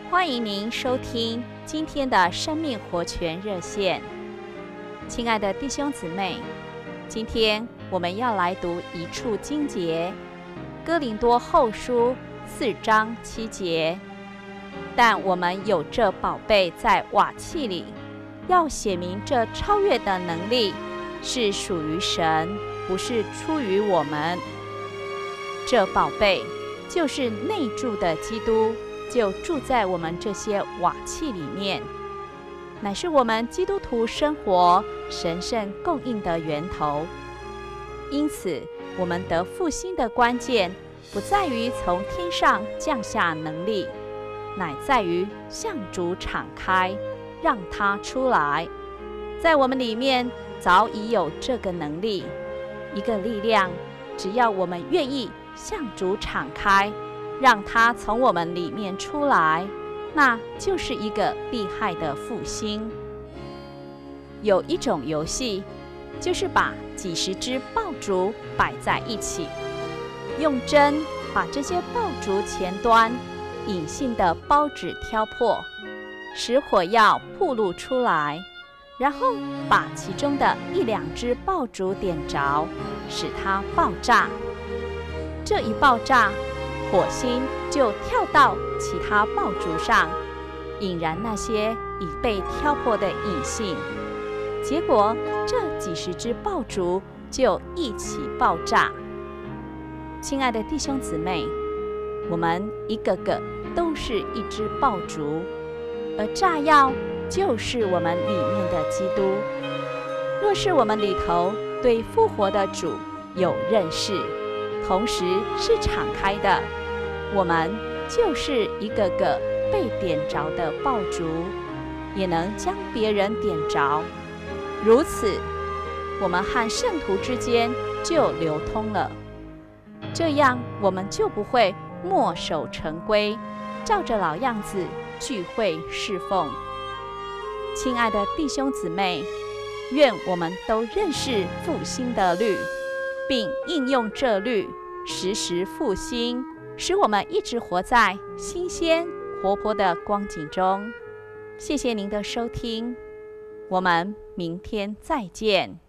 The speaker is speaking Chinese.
欢迎您收听今天的生命活泉热线。亲爱的弟兄姊妹，今天我们要来读一处经节，哥林多后书4章7节。但我们有这宝贝在瓦器里，要显明这超越的能力是属于神，不是出于我们。这宝贝就是内住的基督，就住在我们这些瓦器里面，乃是我们基督徒生活神圣供应的源头。因此，我们得复兴的关键不在于从天上降下能力，乃在于向主敞开，让他出来。在我们里面早已有这个能力，一个力量，只要我们愿意向主敞开，让他从我们里面出来，那就是一个厉害的复兴。有一种游戏，就是把几十只爆竹摆在一起，用针把这些爆竹前端隐性的包纸挑破，使火药暴露出来，然后把其中的1、2只爆竹点着，使它爆炸。这一爆炸，火星就跳到其他爆竹上，引燃那些已被挑破的引信。结果这几十只爆竹就一起爆炸。亲爱的弟兄姊妹，我们一个个都是一只爆竹，而炸药就是我们里面的基督。若是我们里头对复活的主有认识，同时是敞开的，我们就是一个个被点着的爆竹，也能将别人点着。如此，我们和圣徒之间就流通了。这样，我们就不会墨守成规，照着老样子聚会侍奉。亲爱的弟兄姊妹，愿我们都认识复兴的律，并应用这律，时时复兴，使我们一直活在新鲜活泼的光景中。谢谢您的收听，我们明天再见。